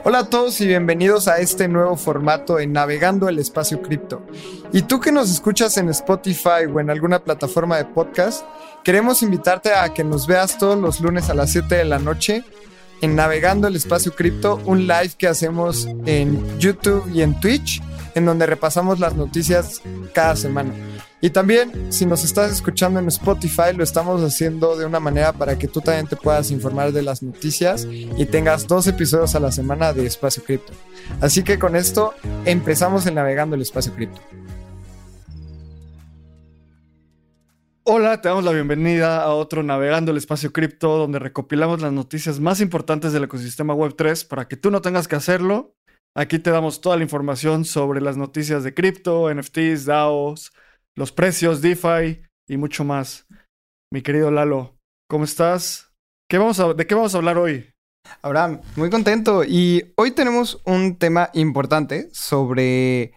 Hola a todos y bienvenidos a este nuevo formato en Navegando el Espacio Cripto. Y tú que nos escuchas en Spotify o en alguna plataforma de podcast, queremos invitarte a que nos veas todos los lunes a las 7 de la noche en Navegando el Espacio Cripto, un live que hacemos en YouTube y en Twitch, en donde repasamos las noticias cada semana. Y también, si nos estás escuchando en Spotify, lo estamos haciendo de una manera para que tú también te puedas informar de las noticias y tengas 2 episodios a la semana de Espacio Cripto. Así que con esto empezamos el Navegando el Espacio Cripto. Hola, te damos la bienvenida a otro Navegando el Espacio Cripto, donde recopilamos las noticias más importantes del ecosistema Web3 para que tú no tengas que hacerlo. Aquí te damos toda la información sobre las noticias de cripto, NFTs, DAOs, los precios, DeFi y mucho más. Mi querido Lalo, ¿cómo estás? ¿De qué vamos a hablar hoy? Abraham, muy contento. Y hoy tenemos un tema importante sobre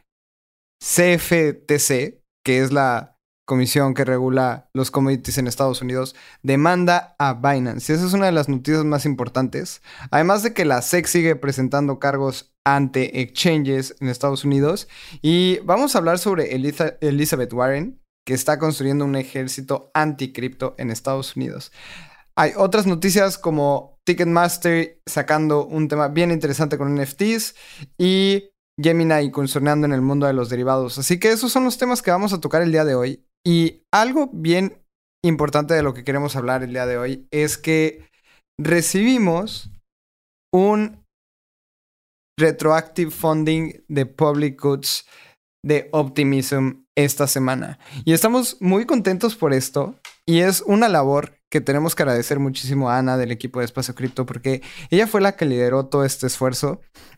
CFTC, que es la comisión que regula los commodities en Estados Unidos, demanda a Binance. Y esa es una de las noticias más importantes. Además de que la SEC sigue presentando cargos ante exchanges en Estados Unidos. Y vamos a hablar sobre Elizabeth Warren, que está construyendo un ejército anticripto en Estados Unidos. Hay otras noticias como Ticketmaster sacando un tema bien interesante con NFTs y Gemini incursionando en el mundo de los derivados. Así que esos son los temas que vamos a tocar el día de hoy. Y algo bien importante de lo que queremos hablar el día de hoy es que recibimos un retroactive funding de public goods de Optimism esta semana. Y estamos muy contentos por esto. Y es una labor que tenemos que agradecer muchísimo a Ana del equipo de Espacio Cripto, porque ella fue la que lideró todo este esfuerzo.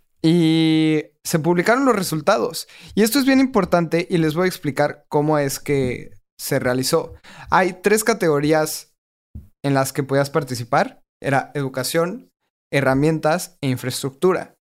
Y se publicaron los resultados. Y esto es bien importante y les voy a explicar cómo es que se realizó. Hay 3 categorías en las que podías participar. Era educación, herramientas e infraestructura.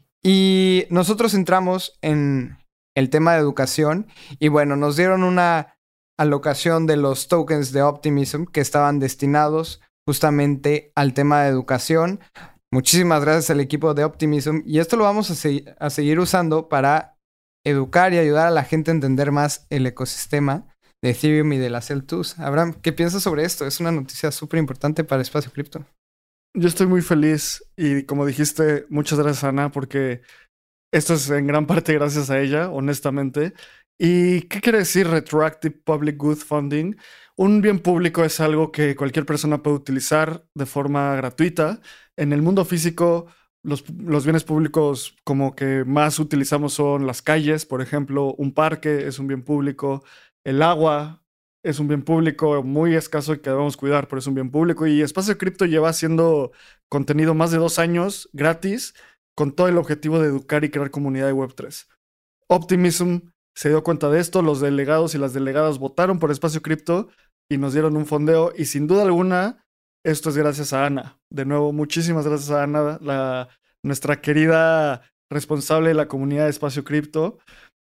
Y nosotros entramos en el tema de educación y bueno, nos dieron una alocación de los tokens de Optimism que estaban destinados justamente al tema de educación. Muchísimas gracias al equipo de Optimism y esto lo vamos a seguir usando para educar y ayudar a la gente a entender más el ecosistema de Ethereum y de las L2s. Abraham, ¿qué piensas sobre esto? Es una noticia súper importante para Espacio Cripto. Yo estoy muy feliz y como dijiste, muchas gracias Ana, porque esto es en gran parte gracias a ella, honestamente. ¿Y qué quiere decir Retroactive Public Good Funding? Un bien público es algo que cualquier persona puede utilizar de forma gratuita. En el mundo físico, los bienes públicos como que más utilizamos son las calles, por ejemplo, un parque es un bien público, el agua es un bien público muy escaso y que debemos cuidar, pero es un bien público. Y Espacio Cripto lleva haciendo contenido más de 2 años gratis con todo el objetivo de educar y crear comunidad de Web3. Optimism se dio cuenta de esto, los delegados y las delegadas votaron por Espacio Cripto y nos dieron un fondeo y sin duda alguna esto es gracias a Ana. De nuevo, muchísimas gracias a Ana, nuestra querida responsable de la comunidad de Espacio Cripto.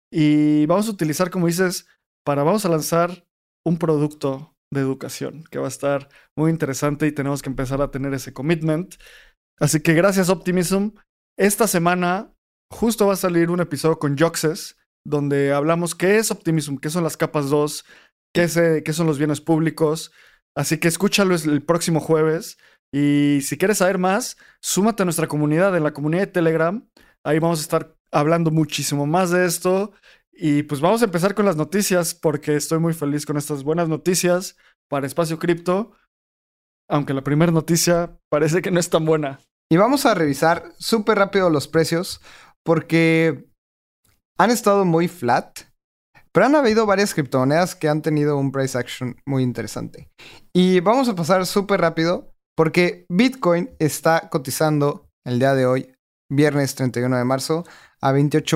Y vamos a utilizar, como dices, vamos a lanzar un producto de educación que va a estar muy interesante y tenemos que empezar a tener ese commitment. Así que gracias Optimism. Esta semana justo va a salir un episodio con Joxes donde hablamos qué es Optimism, qué son las capas 2, qué son los bienes públicos. Así que escúchalo el próximo jueves. Y si quieres saber más, súmate a nuestra comunidad, en la comunidad de Telegram. Ahí vamos a estar hablando muchísimo más de esto. Y pues vamos a empezar con las noticias, porque estoy muy feliz con estas buenas noticias para Espacio Cripto. Aunque la primera noticia parece que no es tan buena. Y vamos a revisar súper rápido los precios, porque han estado muy flat. Pero han habido varias criptomonedas que han tenido un price action muy interesante. Y vamos a pasar súper rápido porque Bitcoin está cotizando el día de hoy, viernes 31 de marzo, a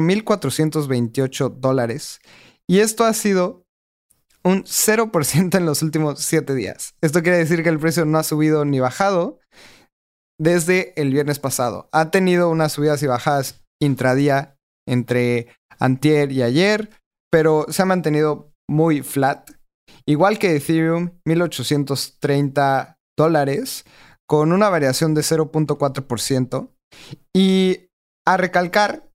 $28,428. Y esto ha sido un 0% en los últimos 7 días. Esto quiere decir que el precio no ha subido ni bajado desde el viernes pasado. Ha tenido unas subidas y bajadas intradía entre antier y ayer, pero se ha mantenido muy flat. Igual que Ethereum, $1,830, con una variación de 0.4%. Y A recalcar,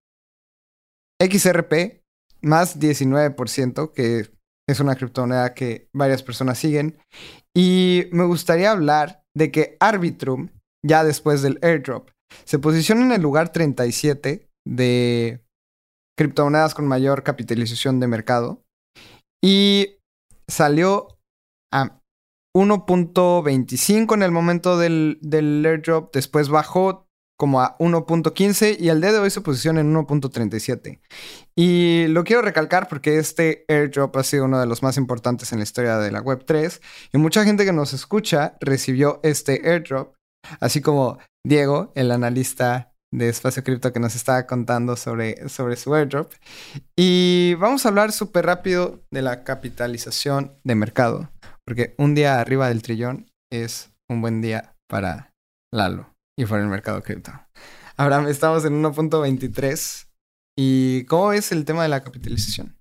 XRP más 19%, que es una criptomoneda que varias personas siguen. Y me gustaría hablar de que Arbitrum, ya después del airdrop, se posiciona en el lugar 37 de criptomonedas con mayor capitalización de mercado. Y salió a 1.25 en el momento del airdrop. Después bajó como a 1.15 y al día de hoy se posiciona en 1.37. Y lo quiero recalcar porque este airdrop ha sido uno de los más importantes en la historia de la Web3 y mucha gente que nos escucha recibió este airdrop, así como Diego, el analista de Espacio Cripto que nos estaba contando sobre su airdrop. Y vamos a hablar súper rápido de la capitalización de mercado, porque un día arriba del trillón es un buen día para Lalo y para el mercado cripto. Ahora estamos en 1.23. ¿Y cómo ves el tema de la capitalización?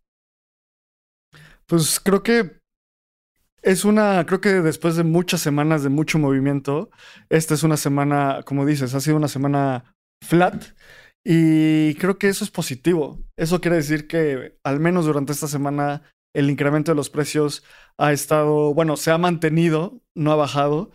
Pues creo que creo que después de muchas semanas de mucho movimiento, esta es una semana, como dices, ha sido una semana flat y creo que eso es positivo. Eso quiere decir que al menos durante esta semana el incremento de los precios ha estado, bueno, se ha mantenido, no ha bajado.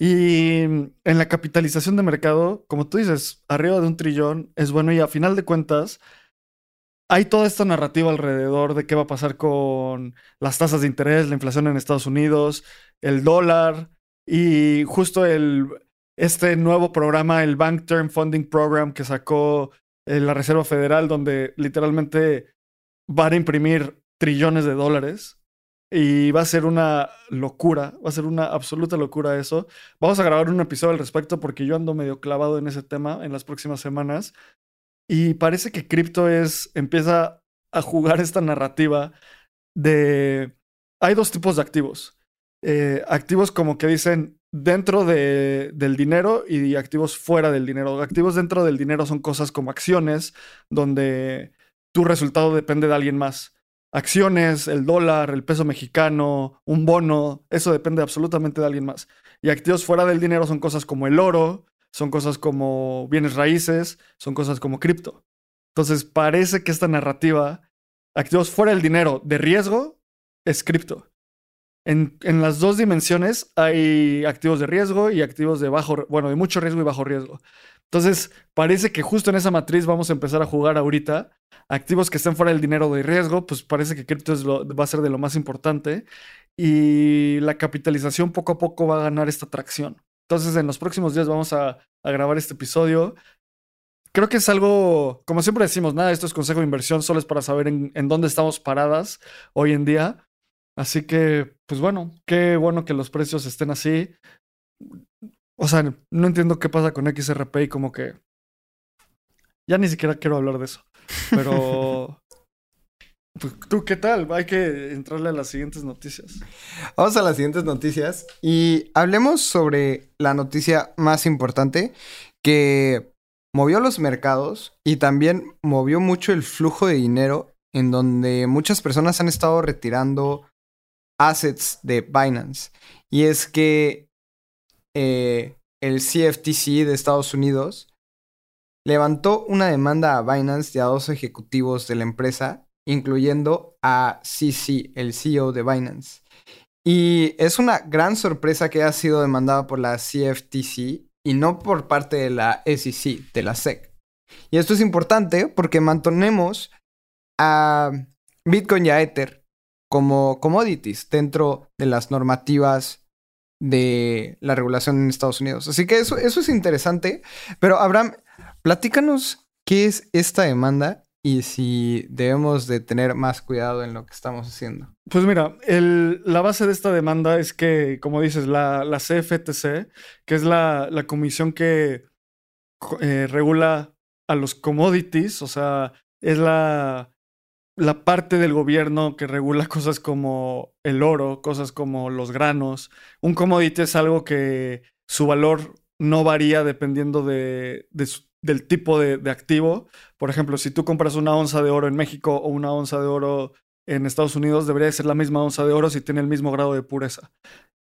Y en la capitalización de mercado, como tú dices, arriba de 1 trillón es bueno y a final de cuentas hay toda esta narrativa alrededor de qué va a pasar con las tasas de interés, la inflación en Estados Unidos, el dólar y justo este nuevo programa, el Bank Term Funding Program que sacó la Reserva Federal, donde literalmente van a imprimir trillones de dólares y va a ser una locura, va a ser una absoluta locura eso. Vamos a grabar un episodio al respecto porque yo ando medio clavado en ese tema en las próximas semanas. Y parece que cripto empieza a jugar esta narrativa de... Hay dos tipos de activos. Activos como que dicen dentro del dinero y activos fuera del dinero. Activos dentro del dinero son cosas como acciones, donde tu resultado depende de alguien más. Acciones, el dólar, el peso mexicano, un bono, eso depende absolutamente de alguien más. Y activos fuera del dinero son cosas como el oro, son cosas como bienes raíces, son cosas como cripto. Entonces parece que esta narrativa, activos fuera del dinero de riesgo, es cripto. En las dos dimensiones hay activos de riesgo y activos de de mucho riesgo y bajo riesgo. Entonces parece que justo en esa matriz vamos a empezar a jugar ahorita. Activos que estén fuera del dinero de riesgo, pues parece que cripto va a ser de lo más importante y la capitalización poco a poco va a ganar esta tracción. Entonces, en los próximos días vamos a grabar este episodio. Creo que es algo, como siempre decimos, nada, esto es consejo de inversión, solo es para saber en dónde estamos paradas hoy en día. Así que, pues bueno, qué bueno que los precios estén así. O sea, no entiendo qué pasa con XRP y como que ya ni siquiera quiero hablar de eso. Pero, pues, ¿tú qué tal? Hay que entrarle a las siguientes noticias. Vamos a las siguientes noticias y hablemos sobre la noticia más importante que movió los mercados y también movió mucho el flujo de dinero en donde muchas personas han estado retirando assets de Binance. Y es que el CFTC de Estados Unidos levantó una demanda a Binance y a dos ejecutivos de la empresa, incluyendo a CC, el CEO de Binance. Y es una gran sorpresa que ha sido demandada por la CFTC y no por parte de la SEC, de la SEC. Y esto es importante porque mantenemos a Bitcoin y a Ether como commodities dentro de las normativas de la regulación en Estados Unidos. Así que eso es interesante. Pero Abraham, platícanos qué es esta demanda y si debemos de tener más cuidado en lo que estamos haciendo. Pues mira, la base de esta demanda es que, como dices, la CFTC, que es la comisión que regula a los commodities, o sea, es la parte del gobierno que regula cosas como el oro, cosas como los granos. Un commodity es algo que su valor no varía dependiendo del tipo de activo. Por ejemplo, si tú compras una onza de oro en México o una onza de oro en Estados Unidos, debería ser la misma onza de oro si tiene el mismo grado de pureza.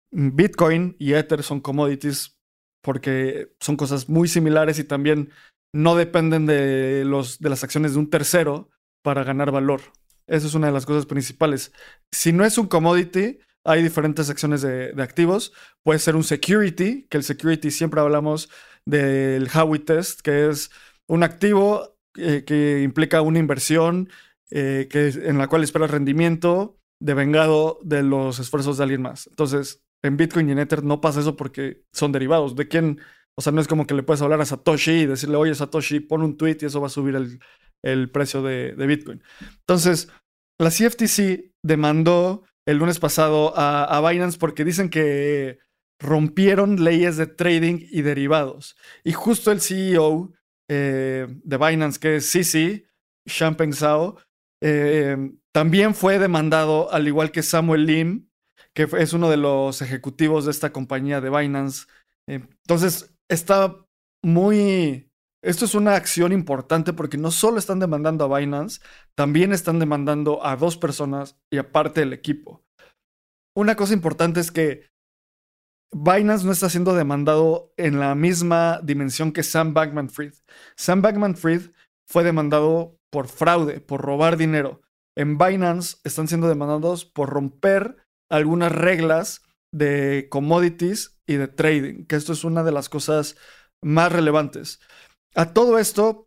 Bitcoin y Ether son commodities porque son cosas muy similares y también no dependen de las acciones de un tercero para ganar valor. Esa es una de las cosas principales. Si no es un commodity, hay diferentes secciones de activos. Puede ser un security, que el security siempre hablamos del Howey Test, que es un activo que implica una inversión en la cual esperas rendimiento devengado de los esfuerzos de alguien más. Entonces, en Bitcoin y en Ether no pasa eso porque son derivados. ¿De quién? O sea, no es como que le puedes hablar a Satoshi y decirle, oye, Satoshi, pon un tweet y eso va a subir el precio de Bitcoin. Entonces, la CFTC demandó el lunes pasado a Binance porque dicen que rompieron leyes de trading y derivados. Y justo el CEO de Binance, que es Sisi, Changpeng Zhao, también fue demandado, al igual que Samuel Lim, que es uno de los ejecutivos de esta compañía de Binance. Entonces, está muy... Esto es una acción importante porque no solo están demandando a Binance, también están demandando a 2 personas y aparte el equipo. Una cosa importante es que Binance no está siendo demandado en la misma dimensión que Sam Bankman-Fried. Sam Bankman-Fried fue demandado por fraude, por robar dinero. En Binance están siendo demandados por romper algunas reglas de commodities y de trading, que esto es una de las cosas más relevantes. A todo esto,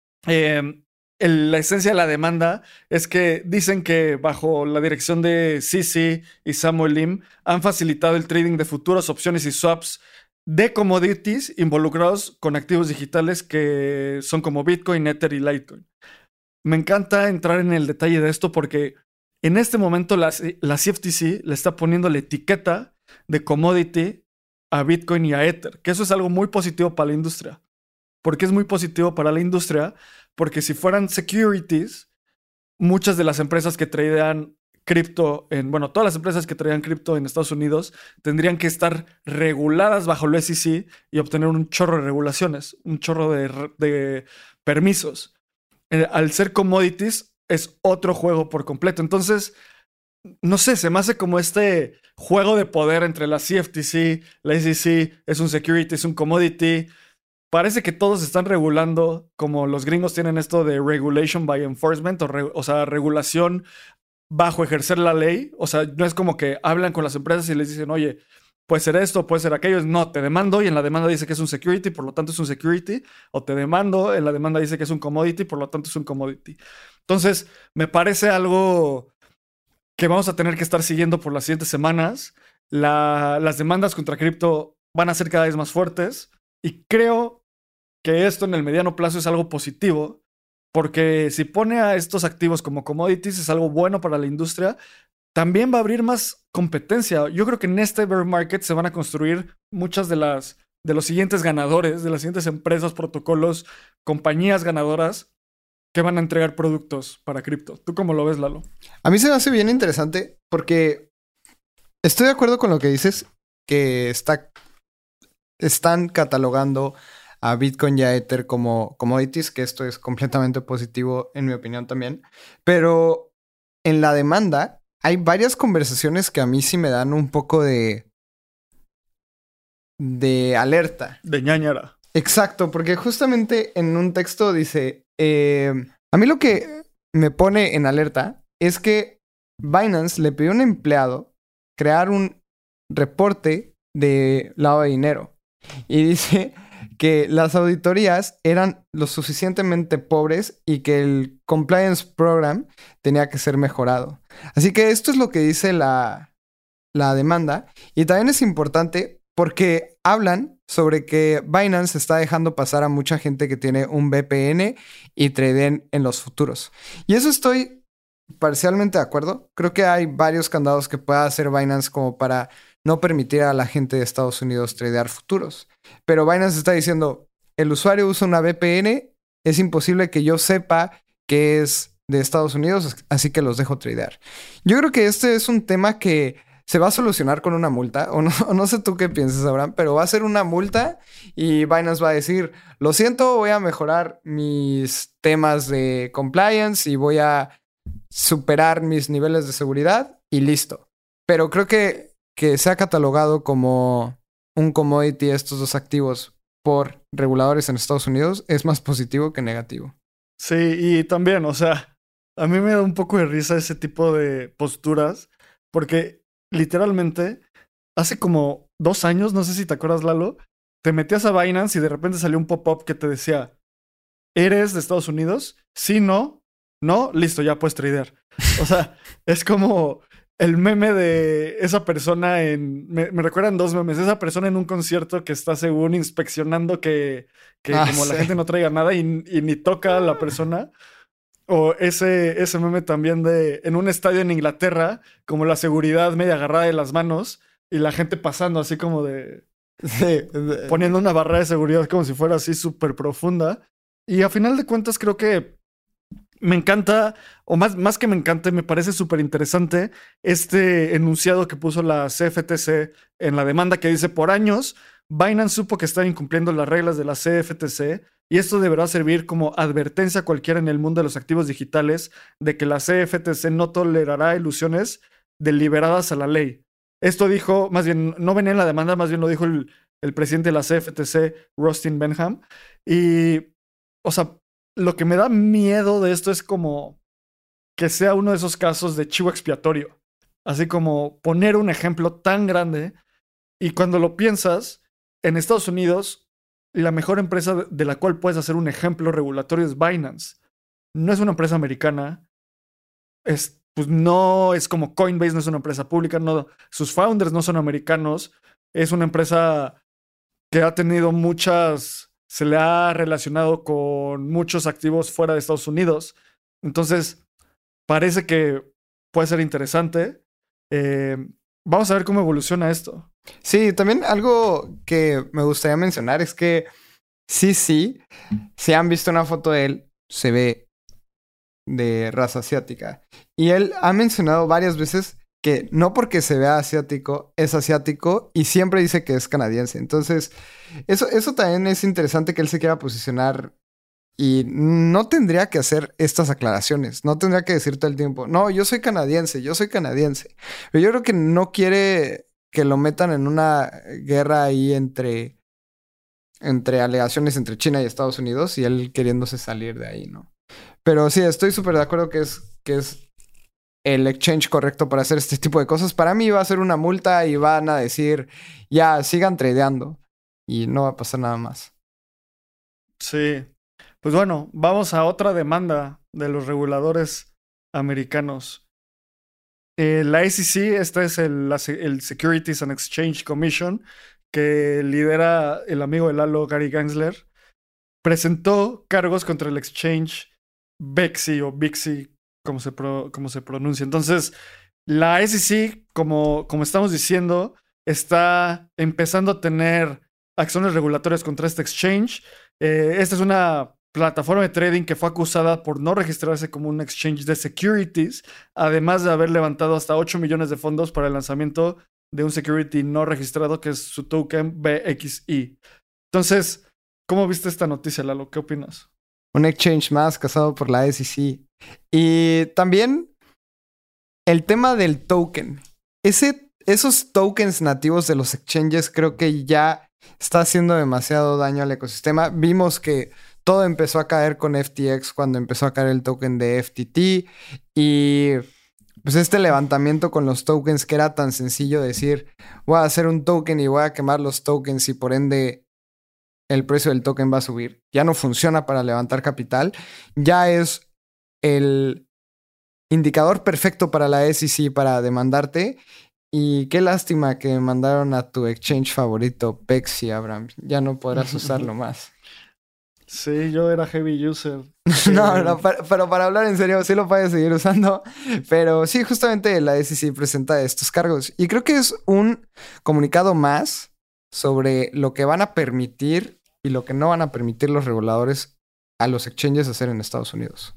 la esencia de la demanda es que dicen que bajo la dirección de Sisi y Samuel Lim han facilitado el trading de futuros, opciones y swaps de commodities involucrados con activos digitales que son como Bitcoin, Ether y Litecoin. Me encanta entrar en el detalle de esto porque en este momento la CFTC le está poniendo la etiqueta de commodity a Bitcoin y a Ether, que eso es algo muy positivo para la industria. ¿Por qué es muy positivo para la industria? Porque si fueran securities, muchas de las empresas que tradean cripto todas las empresas que tradean cripto en Estados Unidos tendrían que estar reguladas bajo el SEC y obtener un chorro de regulaciones, un chorro de permisos. Al ser commodities, es otro juego por completo. Entonces, no sé, se me hace como este juego de poder entre la CFTC, la SEC, es un security, es un commodity. Parece que todos están regulando, como los gringos tienen esto de regulation by enforcement, o sea, regulación bajo ejercer la ley. O sea, no es como que hablan con las empresas y les dicen, oye, puede ser esto, puede ser aquello. No, te demando y en la demanda dice que es un security, por lo tanto es un security. O te demando, en la demanda dice que es un commodity, por lo tanto es un commodity. Entonces, me parece algo que vamos a tener que estar siguiendo por las siguientes semanas. Las demandas contra cripto van a ser cada vez más fuertes y creo que esto en el mediano plazo es algo positivo, porque si pone a estos activos como commodities es algo bueno para la industria, también va a abrir más competencia. Yo creo que en este bear market se van a construir muchas de los siguientes ganadores, de las siguientes empresas, protocolos, compañías ganadoras que van a entregar productos para cripto. ¿Tú cómo lo ves, Lalo? A mí se me hace bien interesante porque estoy de acuerdo con lo que dices, que están catalogando a Bitcoin y a Ether como commodities, que esto es completamente positivo en mi opinión también. Pero en la demanda hay varias conversaciones que a mí sí me dan un poco de alerta. De ñañara. Exacto, porque justamente en un texto dice, a mí lo que me pone en alerta es que Binance le pidió a un empleado crear un reporte de lavado de dinero. Y dice que las auditorías eran lo suficientemente pobres y que el compliance program tenía que ser mejorado. Así que esto es lo que dice la demanda. Y también es importante porque hablan sobre que Binance está dejando pasar a mucha gente que tiene un VPN y traden en los futuros. Y eso estoy parcialmente de acuerdo. Creo que hay varios candados que pueda hacer Binance como para no permitir a la gente de Estados Unidos tradear futuros. Pero Binance está diciendo, el usuario usa una VPN, es imposible que yo sepa que es de Estados Unidos, así que los dejo tradear. Yo creo que este es un tema que se va a solucionar con una multa, o no sé tú qué piensas, Abraham, pero va a ser una multa y Binance va a decir, lo siento, voy a mejorar mis temas de compliance y voy a superar mis niveles de seguridad y listo. Pero creo que se ha catalogado como un commodity estos dos activos por reguladores en Estados Unidos es más positivo que negativo. Sí, y también, o sea, a mí me da un poco de risa ese tipo de posturas, porque literalmente hace como 2 años, no sé si te acuerdas, Lalo, te metías a Binance y de repente salió un pop-up que te decía, ¿eres de Estados Unidos? Sí, no, no, listo, ya puedes tradear. O sea, es como el meme de esa persona me recuerdan dos memes. Esa persona en un concierto que está según inspeccionando que como la Sí. gente no traiga nada y ni toca a la persona. O ese meme también de en un estadio en Inglaterra, como la seguridad media agarrada de las manos y la gente pasando así como de Sí. poniendo una barrera de seguridad como si fuera así súper profunda. Y a final de cuentas creo que me encanta, o más que me encante, me parece súper interesante este enunciado que puso la CFTC en la demanda que dice, por años, Binance supo que están incumpliendo las reglas de la CFTC y esto deberá servir como advertencia a cualquiera en el mundo de los activos digitales de que la CFTC no tolerará ilusiones deliberadas a la ley. Esto dijo, más bien, no venía en la demanda, más bien lo dijo el presidente de la CFTC, Rustin Benham. Y, o sea, lo que me da miedo de esto es como que sea uno de esos casos de chivo expiatorio. Así como poner un ejemplo tan grande y cuando lo piensas, en Estados Unidos, la mejor empresa de la cual puedes hacer un ejemplo regulatorio es Binance. No es una empresa americana, pues no es como Coinbase, no es una empresa pública, no, sus founders no son americanos, es una empresa que ha tenido se le ha relacionado con muchos activos fuera de Estados Unidos. Entonces, parece que puede ser interesante. Eh, Vamos a ver cómo evoluciona esto. Sí, también algo que me gustaría mencionar es que sí, si han visto una foto de él, se ve de raza asiática. Y él ha mencionado varias veces que no porque se vea asiático, es asiático y siempre dice que es canadiense. Entonces, eso también es interesante que él se quiera posicionar y no tendría que hacer estas aclaraciones, no tendría que decir todo el tiempo, no, yo soy canadiense, yo soy canadiense. Pero yo creo que no quiere que lo metan en una guerra ahí entre alegaciones entre China y Estados Unidos y él queriéndose salir de ahí, ¿no? Pero sí, estoy súper de acuerdo que es el exchange correcto para hacer este tipo de cosas. Para mí va a ser una multa y van a decir, ya, sigan tradeando y no va a pasar nada más. Sí. Pues bueno, vamos a otra demanda de los reguladores americanos. La SEC, este es el Securities and Exchange Commission, que lidera el amigo de Lalo, Gary Gensler, presentó cargos contra el exchange BEXI o BIXI, como se pronuncia. Entonces, la SEC, como estamos diciendo, está empezando a tener acciones regulatorias contra este exchange. Esta es una plataforma de trading que fue acusada por no registrarse como un exchange de securities, además de haber levantado hasta 8 millones de fondos para el lanzamiento de un security no registrado que es su token BXI. Entonces, ¿cómo viste esta noticia, Lalo? ¿Qué opinas? Un exchange más casado por la SEC. Y también el tema del token. Esos tokens nativos de los exchanges creo que ya está haciendo demasiado daño al ecosistema. Vimos que todo empezó a caer con FTX cuando empezó a caer el token de FTT. Y pues este levantamiento con los tokens que era tan sencillo decir, voy a hacer un token y voy a quemar los tokens y por ende el precio del token va a subir. Ya no funciona para levantar capital. Ya es el indicador perfecto para la SEC para demandarte. Y qué lástima que mandaron a tu exchange favorito, Pexi, Abraham. Ya no podrás usarlo más. Sí, yo era heavy user. No, pero para hablar en serio, sí lo puedes seguir usando. Pero sí, justamente la SEC presenta estos cargos. Y creo que es un comunicado más sobre lo que van a permitir y lo que no van a permitir los reguladores a los exchanges hacer en Estados Unidos.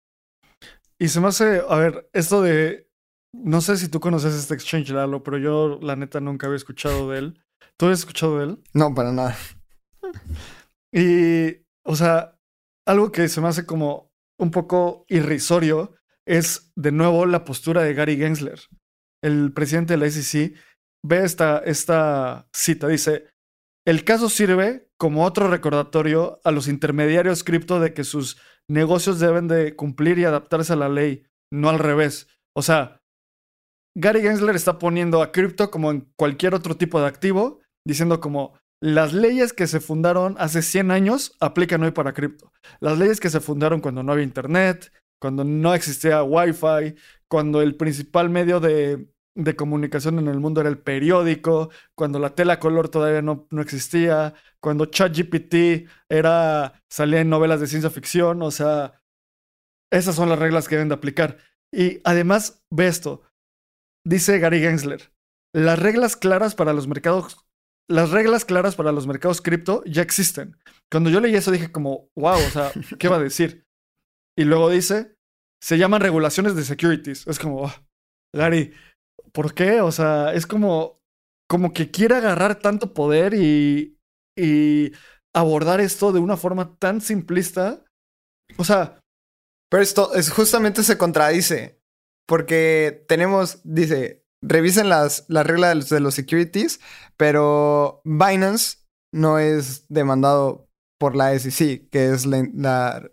Y se me hace, a ver, esto de, no sé si tú conoces este exchange, Lalo, pero yo la neta nunca había escuchado de él. ¿Tú habías escuchado de él? No, para nada. Y, o sea, algo que se me hace como un poco irrisorio es, de nuevo, la postura de Gary Gensler, el presidente de la SEC. Ve esta cita, dice, el caso sirve como otro recordatorio a los intermediarios cripto de que sus negocios deben de cumplir y adaptarse a la ley, no al revés. O sea, Gary Gensler está poniendo a cripto como en cualquier otro tipo de activo, diciendo como las leyes que se fundaron hace 100 años aplican hoy para cripto. Las leyes que se fundaron cuando no había internet, cuando no existía Wi-Fi, cuando el principal medio de comunicación en el mundo era el periódico, cuando la tela color todavía no existía, cuando ChatGPT salía en novelas de ciencia ficción. O sea, esas son las reglas que deben de aplicar. Y además, ve esto. Dice Gary Gensler, las reglas claras para los mercados cripto ya existen. Cuando yo leí eso dije como, wow, o sea, ¿qué va a decir? Y luego dice, se llaman regulaciones de securities. Es como, Gary, ¿por qué? O sea, es como que quiere agarrar tanto poder y abordar esto de una forma tan simplista. O sea... Pero esto justamente se contradice. Porque dice, revisen las reglas de los securities, pero Binance no es demandado por la SEC, que es el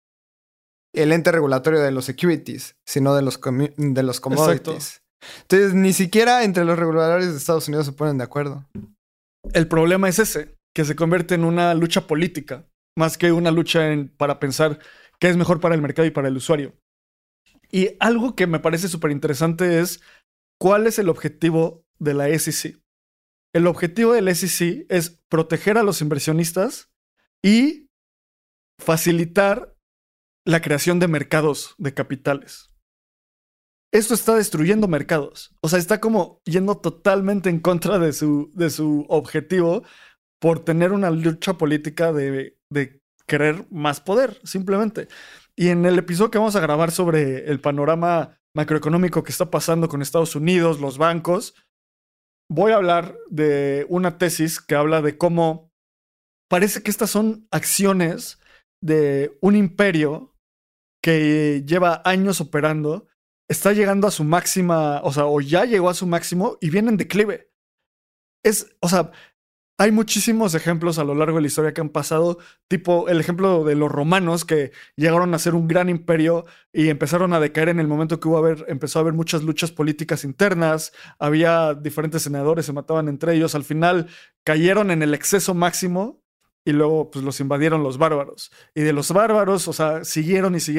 ente regulatorio de los securities, sino de los commodities. Exacto. Entonces, ni siquiera entre los reguladores de Estados Unidos se ponen de acuerdo. El problema es ese, que se convierte en una lucha política, más que una lucha para pensar qué es mejor para el mercado y para el usuario. Y algo que me parece súper interesante es cuál es el objetivo de la SEC. El objetivo de la SEC es proteger a los inversionistas y facilitar la creación de mercados de capitales. Esto está destruyendo mercados. O sea, está como yendo totalmente en contra de su objetivo por tener una lucha política de querer más poder, simplemente. Y en el episodio que vamos a grabar sobre el panorama macroeconómico que está pasando con Estados Unidos, los bancos, voy a hablar de una tesis que habla de cómo parece que estas son acciones de un imperio que lleva años operando, está llegando a su máxima, o sea, o ya llegó a su máximo y viene en declive. O sea, hay muchísimos ejemplos a lo largo de la historia que han pasado, tipo el ejemplo de los romanos que llegaron a ser un gran imperio y empezaron a decaer en el momento que empezó a haber muchas luchas políticas internas, había diferentes senadores, se mataban entre ellos, al final cayeron en el exceso máximo y luego pues los invadieron los bárbaros. Y de los bárbaros, o sea, siguieron y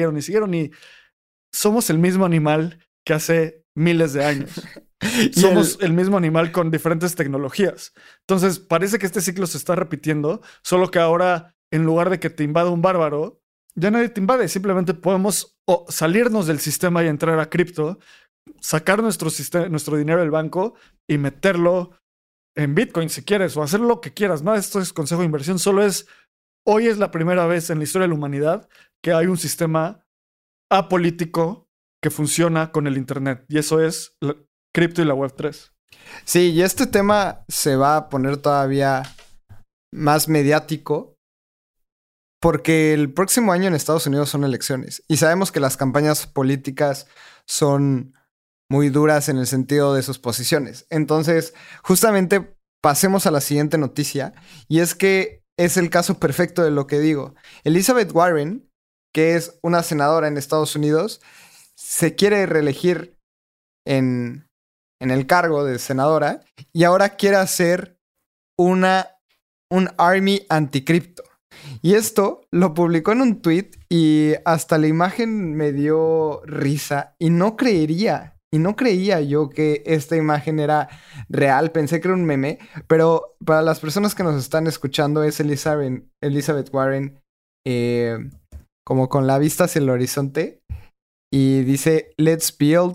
somos el mismo animal que hace miles de años. Somos el mismo animal con diferentes tecnologías. Entonces, parece que este ciclo se está repitiendo, solo que ahora, en lugar de que te invada un bárbaro, ya nadie te invade. Simplemente podemos salirnos del sistema y entrar a cripto, sacar nuestro dinero del banco y meterlo en Bitcoin si quieres, o hacer lo que quieras. Nada, esto es consejo de inversión. Hoy es la primera vez en la historia de la humanidad que hay un sistema apolítico que funciona con el internet. Y eso es cripto y la Web3. Sí, y este tema se va a poner todavía más mediático porque el próximo año en Estados Unidos son elecciones y sabemos que las campañas políticas son muy duras en el sentido de sus posiciones. Entonces, justamente pasemos a la siguiente noticia y es que es el caso perfecto de lo que digo. Elizabeth Warren, que es una senadora en Estados Unidos, se quiere reelegir en el cargo de senadora y ahora quiere hacer un army anticripto. Y esto lo publicó en un tweet y hasta la imagen me dio risa y no creía yo que esta imagen era real. Pensé que era un meme, pero para las personas que nos están escuchando es Elizabeth Warren como con la vista hacia el horizonte y dice "Let's build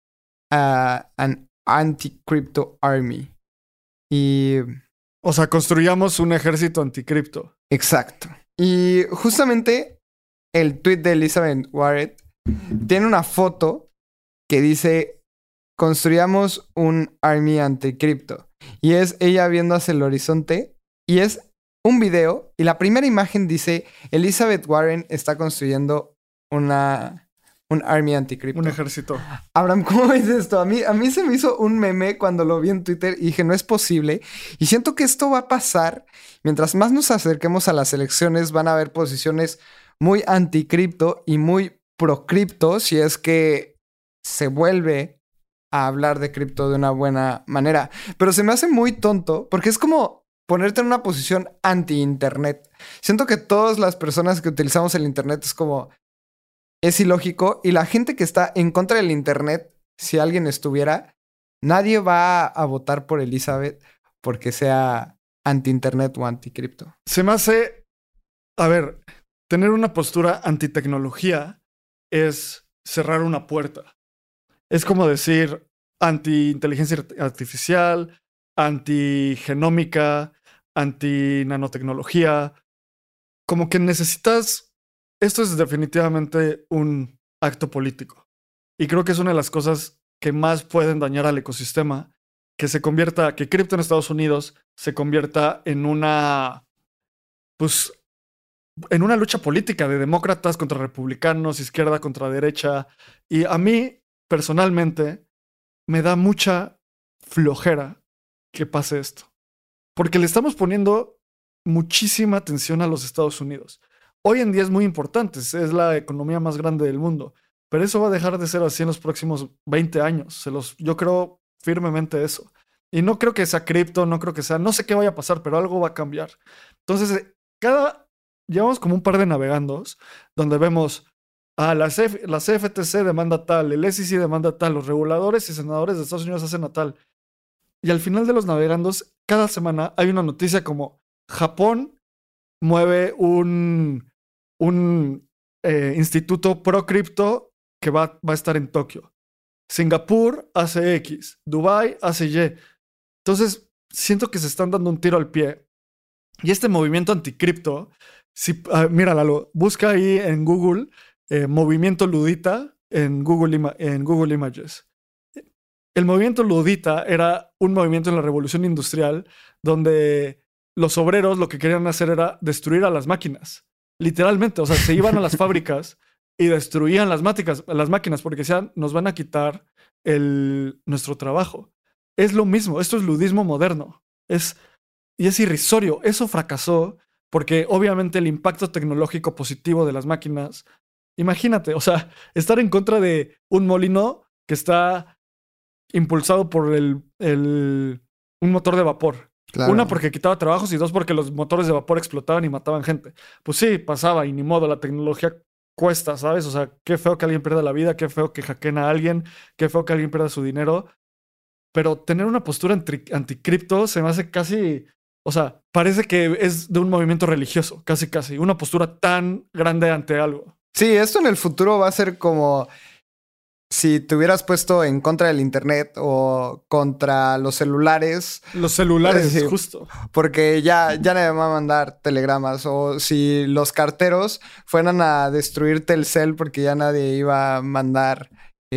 an anti-crypto army". Y... o sea, construyamos un ejército anticripto. Exacto. Y justamente el tweet de Elizabeth Warren tiene una foto que dice "construyamos un army anticripto". Y es ella viendo hacia el horizonte y es un video y la primera imagen dice Elizabeth Warren está construyendo un Un army Un anticripto. ejército. Abraham, ¿cómo ves esto? A mí se me hizo un meme cuando lo vi en Twitter y dije, no es posible. Y siento que esto va a pasar. Mientras más nos acerquemos a las elecciones, van a haber posiciones muy anticripto y muy pro cripto si es que se vuelve a hablar de cripto de una buena manera. Pero se me hace muy tonto porque es como ponerte en una posición anti-internet. Siento que todas las personas que utilizamos el internet es como... Es ilógico y la gente que está en contra del internet, si alguien estuviera, nadie va a votar por Elizabeth porque sea anti-internet o anti-cripto. Se me hace, a ver, tener una postura antitecnología es cerrar una puerta. Es como decir anti-inteligencia artificial, anti-genómica, anti-nanotecnología. Como que necesitas, esto es definitivamente un acto político. Y creo que es una de las cosas que más pueden dañar al ecosistema, que cripto en Estados Unidos se convierta en pues, en una lucha política de demócratas contra republicanos, izquierda contra derecha. Y a mí, personalmente, me da mucha flojera que pase esto. Porque le estamos poniendo muchísima atención a los Estados Unidos. Hoy en día es muy importante, es la economía más grande del mundo, pero eso va a dejar de ser así en los próximos 20 años. Yo creo firmemente eso. Y no creo que sea cripto, no creo que sea, no sé qué vaya a pasar, pero algo va a cambiar. Entonces, llevamos como un par de navegandos donde vemos la CFTC demanda tal, el SEC demanda tal, los reguladores y senadores de Estados Unidos hacen a tal. Y al final de los navegandos, cada semana hay una noticia como Japón mueve un instituto pro cripto que va a estar en Tokio. Singapur hace X, Dubái hace Y. Entonces, siento que se están dando un tiro al pie. Y este movimiento anticripto, mira, Lalo, busca ahí en Google movimiento ludita en Google Images. El movimiento ludita era un movimiento en la revolución industrial donde los obreros lo que querían hacer era destruir a las máquinas. Literalmente, o sea, se iban a las fábricas y destruían las máquinas porque decían, nos van a quitar nuestro trabajo. Es lo mismo, esto es ludismo moderno. Y es irrisorio. Eso fracasó porque obviamente el impacto tecnológico positivo de las máquinas, imagínate, o sea, estar en contra de un molino que está impulsado por un motor de vapor. Claro. Una, porque quitaba trabajos y dos, porque los motores de vapor explotaban y mataban gente. Pues sí, pasaba y ni modo, la tecnología cuesta, ¿sabes? O sea, qué feo que alguien pierda la vida, qué feo que hackeen a alguien, qué feo que alguien pierda su dinero. Pero tener una postura anticripto se me hace casi... O sea, parece que es de un movimiento religioso, casi. Una postura tan grande ante algo. Sí, esto en el futuro va a ser como si te hubieras puesto en contra del internet o contra los celulares. Los celulares, sí, justo. Porque ya nadie va a mandar telegramas. O si los carteros fueran a destruir Telcel porque ya nadie iba a mandar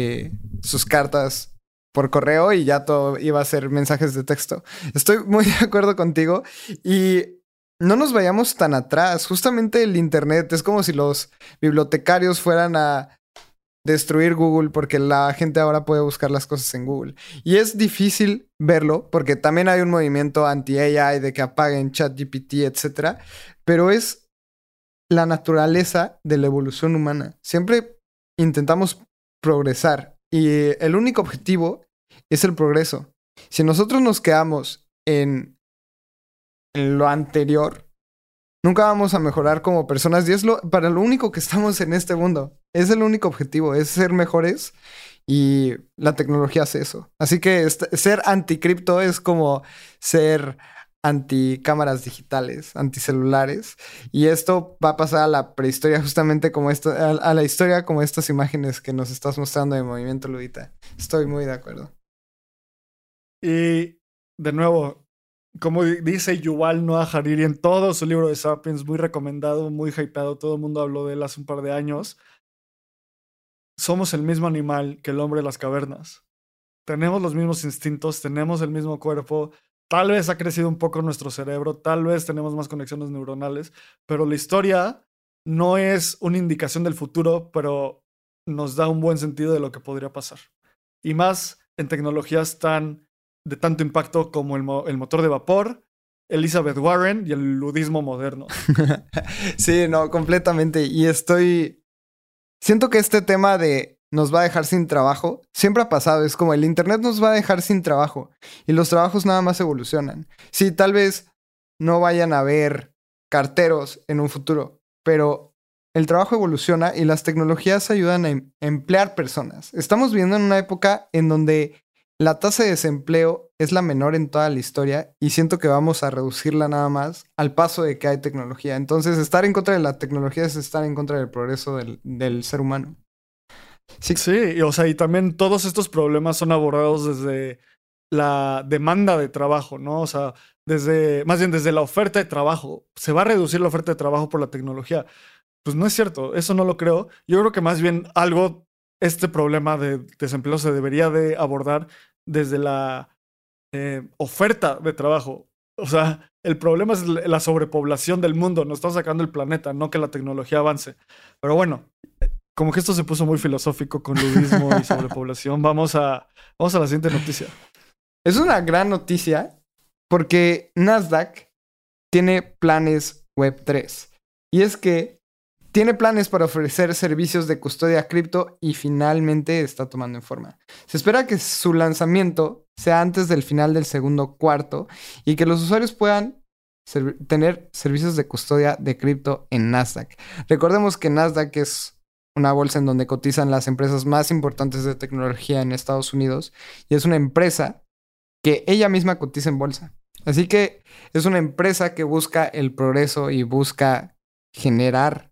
sus cartas por correo y ya todo iba a ser mensajes de texto. Estoy muy de acuerdo contigo y no nos vayamos tan atrás. Justamente el internet es como si los bibliotecarios fueran a destruir Google porque la gente ahora puede buscar las cosas en Google. Y es difícil verlo porque también hay un movimiento anti-AI de que apaguen ChatGPT, etc. Pero es la naturaleza de la evolución humana. Siempre intentamos progresar y el único objetivo es el progreso. Si nosotros nos quedamos en lo anterior, nunca vamos a mejorar como personas y es para lo único que estamos en este mundo. Es el único objetivo, es ser mejores y la tecnología hace eso. Así que ser anticripto es como ser anti cámaras digitales, anti celulares. Y esto va a pasar a la prehistoria justamente como a la historia como estas imágenes que nos estás mostrando de Movimiento Ludita. Estoy muy de acuerdo. Y de nuevo, como dice Yuval Noah Harari en todo su libro de Sapiens, muy recomendado, muy hypeado, todo el mundo habló de él hace un par de años. Somos el mismo animal que el hombre de las cavernas. Tenemos los mismos instintos, tenemos el mismo cuerpo. Tal vez ha crecido un poco nuestro cerebro, tal vez tenemos más conexiones neuronales, pero la historia no es una indicación del futuro, pero nos da un buen sentido de lo que podría pasar. Y más en tecnologías de tanto impacto como el motor de vapor, Elizabeth Warren y el ludismo moderno. Sí, no, completamente. Y siento que este tema de nos va a dejar sin trabajo siempre ha pasado. Es como el internet nos va a dejar sin trabajo y los trabajos nada más evolucionan. Sí, tal vez no vayan a haber carteros en un futuro, pero el trabajo evoluciona y las tecnologías ayudan a emplear personas. Estamos viviendo en una época en donde la tasa de desempleo es la menor en toda la historia y siento que vamos a reducirla nada más al paso de que hay tecnología. Entonces, estar en contra de la tecnología es estar en contra del progreso del ser humano. Sí. Sí, o sea, y también todos estos problemas son abordados desde la demanda de trabajo, ¿no? O sea, más bien desde la oferta de trabajo. ¿Se va a reducir la oferta de trabajo por la tecnología? Pues no es cierto, eso no lo creo. Yo creo que más bien este problema de desempleo se debería de abordar desde la oferta de trabajo. O sea, el problema es la sobrepoblación del mundo, nos está sacando el planeta, no que la tecnología avance. Pero bueno, como que esto se puso muy filosófico con ludismo y sobrepoblación. Vamos a la siguiente noticia. Es una gran noticia porque Nasdaq tiene planes Web3. Y es que tiene planes para ofrecer servicios de custodia cripto y finalmente está tomando en forma. Se espera que su lanzamiento sea antes del final del segundo cuarto y que los usuarios puedan tener servicios de custodia de cripto en Nasdaq. Recordemos que Nasdaq es una bolsa en donde cotizan las empresas más importantes de tecnología en Estados Unidos y es una empresa que ella misma cotiza en bolsa. Así que es una empresa que busca el progreso y busca generar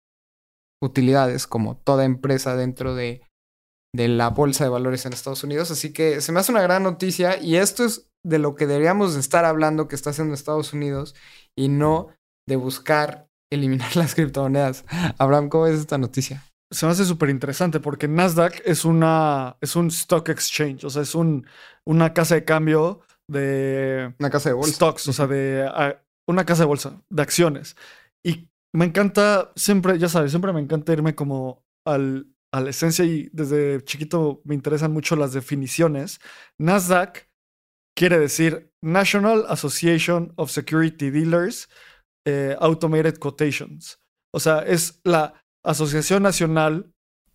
utilidades como toda empresa dentro de la bolsa de valores en Estados Unidos. Así que se me hace una gran noticia y esto es de lo que deberíamos estar hablando que está haciendo Estados Unidos y no de buscar eliminar las criptomonedas. Abraham, ¿cómo ves esta noticia? Se me hace súper interesante porque Nasdaq es un stock exchange, o sea, es una casa de cambio de... Una casa de bolsa. Stocks, o sea, una casa de bolsa, de acciones. Y me encanta, siempre, ya sabes, siempre me encanta irme como a la esencia y desde chiquito me interesan mucho las definiciones. Nasdaq quiere decir National Association of Security Dealers Automated Quotations. O sea, es la Asociación Nacional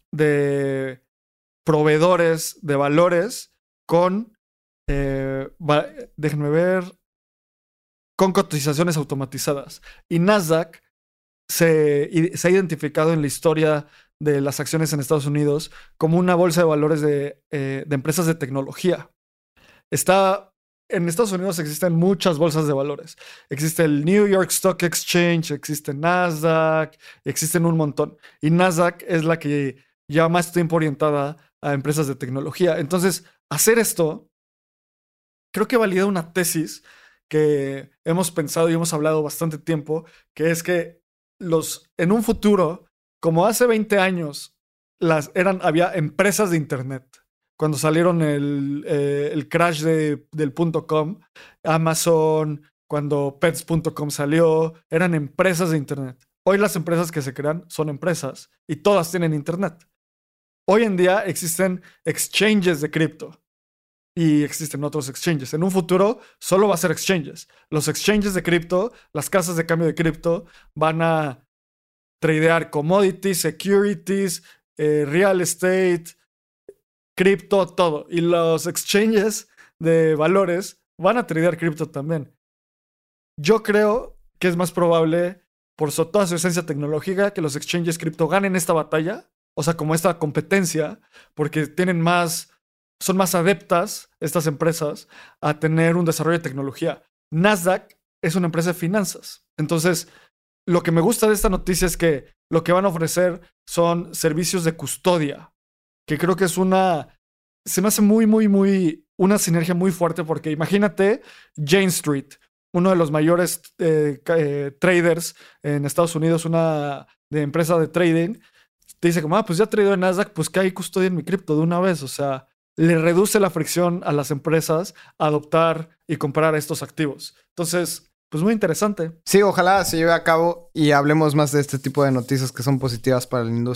de Proveedores de Valores con, déjenme ver, con cotizaciones automatizadas. Y Nasdaq se ha identificado en la historia de las acciones en Estados Unidos como una bolsa de valores de empresas de tecnología. En Estados Unidos existen muchas bolsas de valores. Existe el New York Stock Exchange, existe Nasdaq, existen un montón. Y Nasdaq es la que lleva más tiempo orientada a empresas de tecnología. Entonces, hacer esto, creo que valida una tesis que hemos pensado y hemos hablado bastante tiempo, que es que en un futuro, como hace 20 años, había empresas de Internet. Cuando salieron el crash del .com, Amazon, cuando pets.com salió, eran empresas de Internet. Hoy las empresas que se crean son empresas y todas tienen Internet. Hoy en día existen exchanges de cripto y existen otros exchanges. En un futuro solo va a ser exchanges. Los exchanges de cripto, las casas de cambio de cripto, van a tradear commodities, securities, real estate, cripto, todo. Y los exchanges de valores van a tradear cripto también. Yo creo que es más probable, por toda su esencia tecnológica, que los exchanges cripto ganen esta batalla, o sea, como esta competencia, porque son más adeptas estas empresas a tener un desarrollo de tecnología. Nasdaq es una empresa de finanzas. Entonces, lo que me gusta de esta noticia es que lo que van a ofrecer son servicios de custodia, que creo que se me hace una sinergia muy fuerte, porque imagínate Jane Street, uno de los mayores traders en Estados Unidos, una de empresa de trading, te dice como, pues ya tradeo en Nasdaq, pues que hay custodia en mi cripto de una vez. O sea, le reduce la fricción a las empresas a adoptar y comprar estos activos. Entonces, pues muy interesante. Sí, ojalá se lleve a cabo y hablemos más de este tipo de noticias que son positivas para la industria.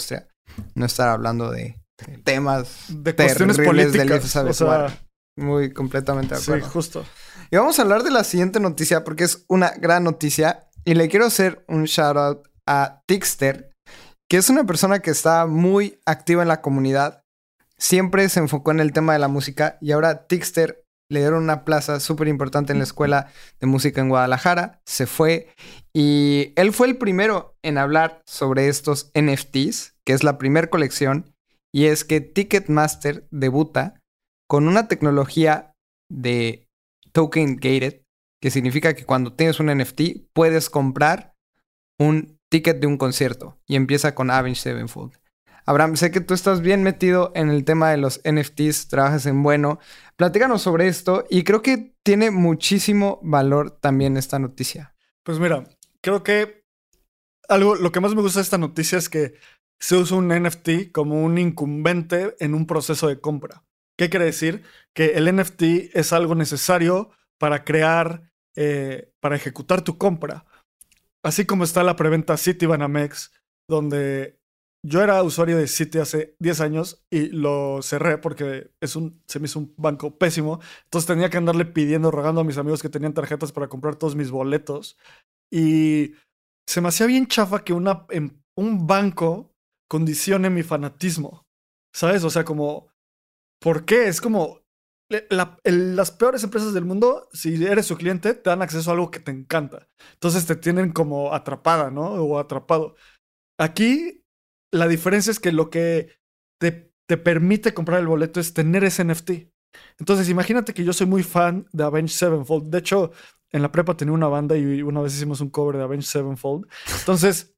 no estar hablando de temas de cuestiones terribles del políticas. IFSA. O sea, muy completamente de acuerdo. sí, justo. Y vamos a hablar de la siguiente noticia porque es una gran noticia. Y le quiero hacer un shout out a Tixter, que es una persona que está muy activa en la comunidad. Siempre se enfocó en el tema de la música y ahora Tixter le dieron una plaza súper importante en la escuela de música en Guadalajara. Se fue y él fue el primero en hablar sobre estos NFTs, que es la primera colección. Y es que Ticketmaster debuta con una tecnología de token gated, que significa que cuando tienes un NFT puedes comprar un ticket de un concierto y empieza con Avenged Sevenfold. Abraham, sé que tú estás bien metido en el tema de los NFTs, trabajas en Bueno. Platícanos sobre esto y creo que tiene muchísimo valor también esta noticia. Pues mira, creo que lo que más me gusta de esta noticia es que se usa un NFT como un incumbente en un proceso de compra. ¿Qué quiere decir? Que el NFT es algo necesario para crear, para ejecutar tu compra. Así como está la preventa Citibanamex, donde yo era usuario de Citi hace 10 años y lo cerré porque se me hizo un banco pésimo. Entonces tenía que andarle pidiendo, rogando a mis amigos que tenían tarjetas para comprar todos mis boletos. Y se me hacía bien chafa que un banco condicione mi fanatismo. ¿Sabes? O sea, como, ¿por qué? Es como las peores empresas del mundo, si eres su cliente, te dan acceso a algo que te encanta. Entonces te tienen como atrapada, ¿no? O atrapado. Aquí la diferencia es que lo que te permite comprar el boleto es tener ese NFT. Entonces imagínate que yo soy muy fan de Avenged Sevenfold. De hecho, en la prepa tenía una banda y una vez hicimos un cover de Avenged Sevenfold. Entonces...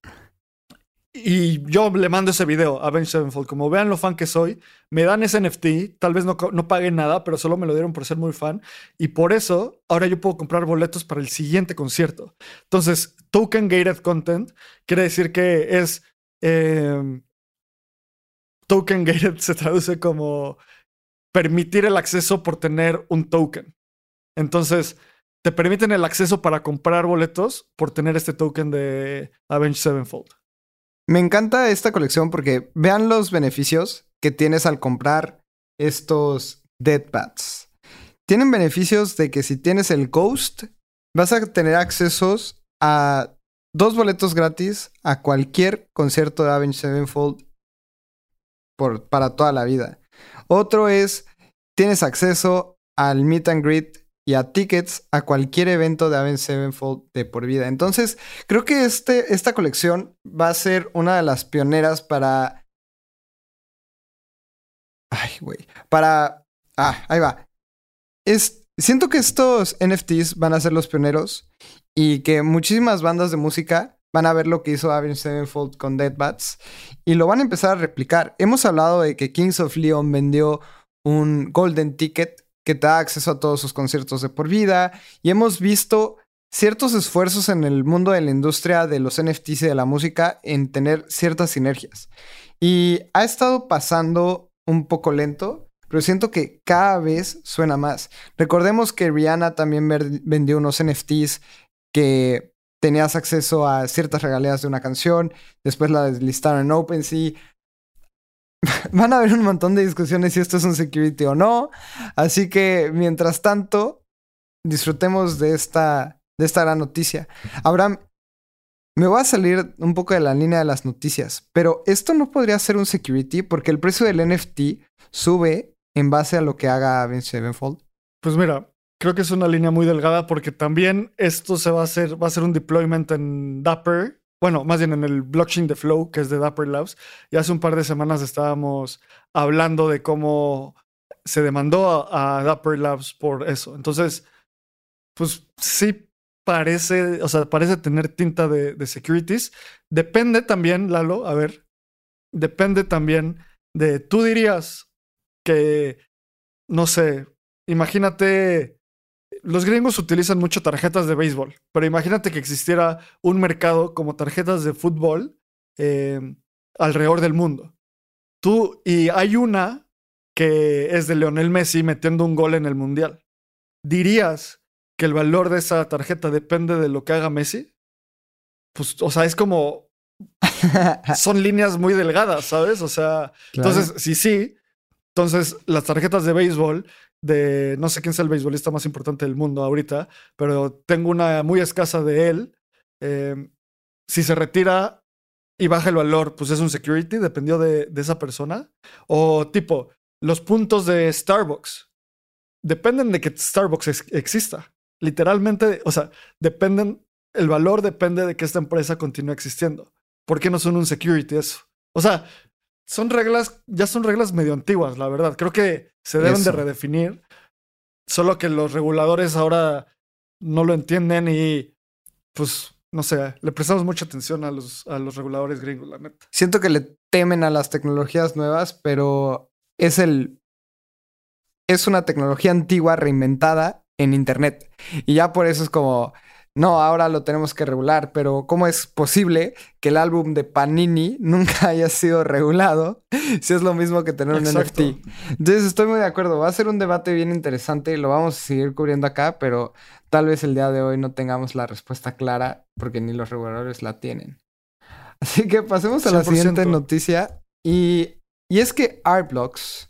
Y yo le mando ese video a Avenged Sevenfold. Como vean lo fan que soy, me dan ese NFT. Tal vez no pagué nada, pero solo me lo dieron por ser muy fan. Y por eso, ahora yo puedo comprar boletos para el siguiente concierto. Entonces, Token Gated Content quiere decir que es... Token Gated se traduce como permitir el acceso por tener un token. Entonces, te permiten el acceso para comprar boletos por tener este token de Avenged Sevenfold. Me encanta esta colección porque vean los beneficios que tienes al comprar estos Dead Bats. Tienen beneficios de que si tienes el Ghost, vas a tener accesos a 2 boletos gratis a cualquier concierto de Avenged Sevenfold para toda la vida. Otro es, tienes acceso al Meet and Greet y a tickets a cualquier evento de Avenged Sevenfold de por vida. Entonces, creo que esta colección va a ser una de las pioneras para... Ay, güey. Ahí va. Siento que estos NFTs van a ser los pioneros y que muchísimas bandas de música van a ver lo que hizo Avenged Sevenfold con Dead Bats y lo van a empezar a replicar. Hemos hablado de que Kings of Leon vendió un Golden Ticket que te da acceso a todos sus conciertos de por vida. Y hemos visto ciertos esfuerzos en el mundo de la industria de los NFTs y de la música en tener ciertas sinergias. Y ha estado pasando un poco lento, pero siento que cada vez suena más. Recordemos que Rihanna también vendió unos NFTs que tenías acceso a ciertas regalías de una canción. Después la deslistaron en OpenSea. Van a haber un montón de discusiones si esto es un security o no. Así que, mientras tanto, disfrutemos de esta gran noticia. Abraham, me voy a salir un poco de la línea de las noticias, pero esto no podría ser un security porque el precio del NFT sube en base a lo que haga Avenged Sevenfold. Pues mira, creo que es una línea muy delgada porque también esto va a ser un deployment en Dapper. Bueno, más bien en el blockchain de Flow, que es de Dapper Labs. Y hace un par de semanas estábamos hablando de cómo se demandó a Dapper Labs por eso. Entonces, pues sí parece tener tinta de securities. Depende también, Lalo, depende también de, tú dirías que, no sé, imagínate... Los gringos utilizan mucho tarjetas de béisbol, pero imagínate que existiera un mercado como tarjetas de fútbol alrededor del mundo. Y hay una que es de Lionel Messi metiendo un gol en el Mundial. ¿Dirías que el valor de esa tarjeta depende de lo que haga Messi? Pues, o sea, es como... son líneas muy delgadas, ¿sabes? O sea, Claro. entonces, sí, entonces las tarjetas de béisbol de no sé quién es el beisbolista más importante del mundo ahorita, pero tengo una muy escasa de él. Si se retira y baja el valor, pues es un security, dependió de esa persona. O tipo, los puntos de Starbucks dependen de que Starbucks exista. Literalmente, o sea, dependen, el valor depende de que esta empresa continúe existiendo. ¿Por qué no son un security eso? O sea, son reglas, ya son reglas medio antiguas, la verdad. Creo que se deben de redefinir, solo que los reguladores ahora no lo entienden y pues no sé, le prestamos mucha atención a los reguladores gringos, la neta. Siento que le temen a las tecnologías nuevas, pero es una tecnología antigua reinventada en internet. Y ya por eso es como, no, ahora lo tenemos que regular, pero ¿cómo es posible que el álbum de Panini nunca haya sido regulado si es lo mismo que tener un NFT? Entonces estoy muy de acuerdo, va a ser un debate bien interesante, lo vamos a seguir cubriendo acá, pero tal vez el día de hoy no tengamos la respuesta clara porque ni los reguladores la tienen. Así que pasemos a la 100%. siguiente noticia y es que Artblocks,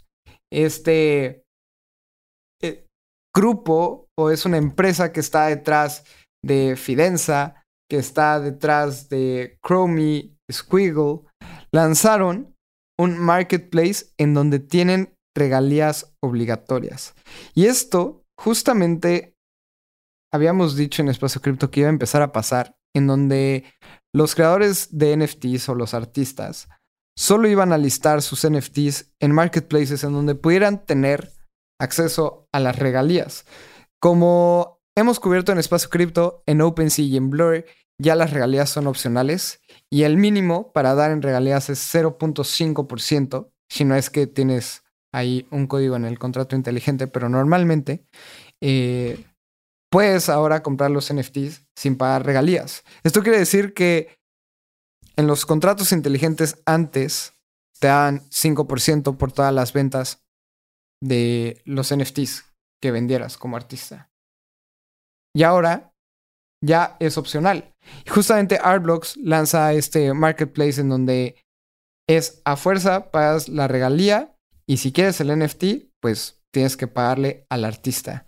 grupo o es una empresa que está detrás de Fidenza, que está detrás de Chromie, Squiggle, lanzaron un marketplace en donde tienen regalías obligatorias. Y esto justamente habíamos dicho en Espacio Cripto que iba a empezar a pasar, en donde los creadores de NFTs o los artistas solo iban a listar sus NFTs en marketplaces en donde pudieran tener acceso a las regalías. Como hemos cubierto en Espacio Cripto, en OpenSea y en Blur, ya las regalías son opcionales y el mínimo para dar en regalías es 0.5%, si no es que tienes ahí un código en el contrato inteligente, pero normalmente puedes ahora comprar los NFTs sin pagar regalías. Esto quiere decir que en los contratos inteligentes antes te daban 5% por todas las ventas de los NFTs que vendieras como artista. Y ahora ya es opcional. Y justamente Artblocks lanza este marketplace en donde es a fuerza, pagas la regalía y si quieres el NFT, pues tienes que pagarle al artista.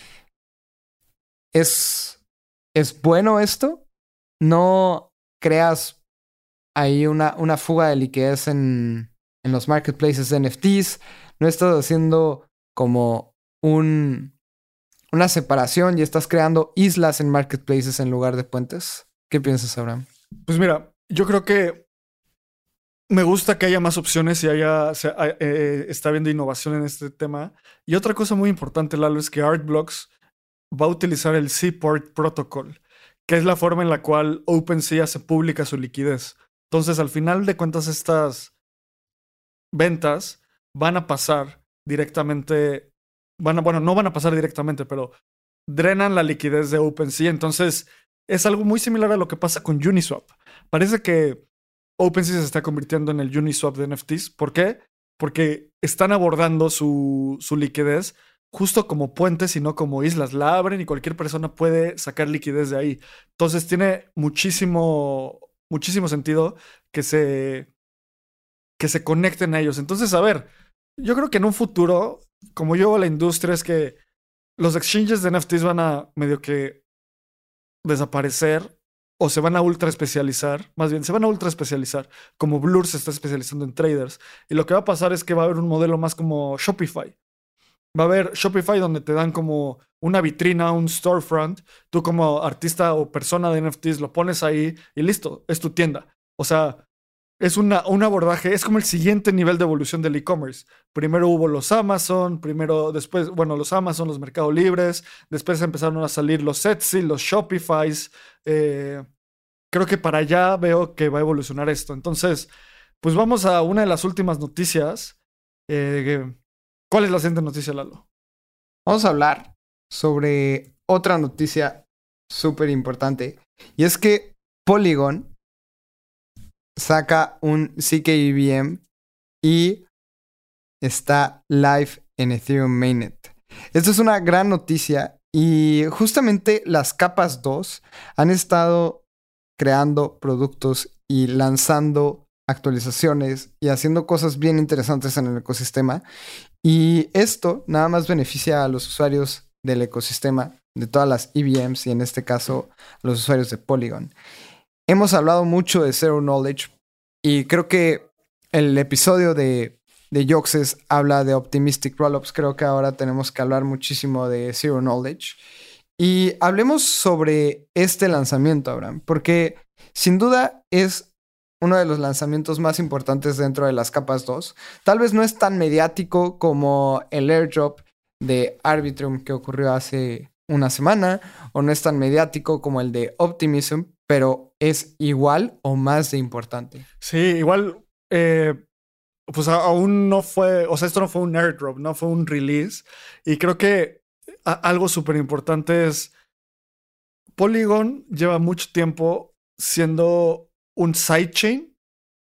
¿Es bueno esto? No creas ahí una fuga de liquidez en los marketplaces de NFTs. No estás haciendo como una separación y estás creando islas en marketplaces en lugar de puentes. ¿Qué piensas, Abraham? Pues mira, yo creo que me gusta que haya más opciones y está habiendo innovación en este tema. Y otra cosa muy importante, Lalo, es que Artblocks va a utilizar el Seaport Protocol, que es la forma en la cual OpenSea hace pública su liquidez. Entonces, al final de cuentas, estas ventas van a pasar directamente, no van a pasar directamente, pero drenan la liquidez de OpenSea. Entonces, es algo muy similar a lo que pasa con Uniswap. Parece que OpenSea se está convirtiendo en el Uniswap de NFTs. ¿Por qué? Porque están abordando su liquidez justo como puentes y no como islas. La abren y cualquier persona puede sacar liquidez de ahí. Entonces tiene muchísimo sentido que se conecten a ellos. Entonces, a ver, yo creo que en un futuro, como yo veo la industria, es que los exchanges de NFTs van a medio que desaparecer o se van a ultra especializar. Más bien, se van a ultra especializar, como Blur se está especializando en traders. Y lo que va a pasar es que va a haber un modelo más como Shopify. Va a haber Shopify donde te dan como una vitrina, un storefront. Tú como artista o persona de NFTs lo pones ahí y listo, es tu tienda. O sea, es un abordaje, es como el siguiente nivel de evolución del e-commerce. Primero hubo los Amazon, después, los Amazon, los Mercado Libres, después empezaron a salir los Etsy, los Shopifys. Creo que para allá veo que va a evolucionar esto. Entonces, pues vamos a una de las últimas noticias. ¿Cuál es la siguiente noticia, Lalo? Vamos a hablar sobre otra noticia súper importante. Y es que Polygon saca un zkEVM y está live en Ethereum Mainnet. Esto es una gran noticia y justamente las capas 2 han estado creando productos y lanzando actualizaciones y haciendo cosas bien interesantes en el ecosistema. Y esto nada más beneficia a los usuarios del ecosistema, de todas las EVMs y en este caso los usuarios de Polygon. Hemos hablado mucho de Zero Knowledge y creo que el episodio de Yoxes habla de Optimistic Rollups. Creo que ahora tenemos que hablar muchísimo de Zero Knowledge. Y hablemos sobre este lanzamiento, Abraham, porque sin duda es uno de los lanzamientos más importantes dentro de las capas 2. Tal vez no es tan mediático como el airdrop de Arbitrum que ocurrió hace una semana, o no es tan mediático como el de Optimism, pero es igual o más de importante. Sí, igual, pues aún no fue, o sea, esto no fue un airdrop, no fue un release. Y creo que algo súper importante es, Polygon lleva mucho tiempo siendo un sidechain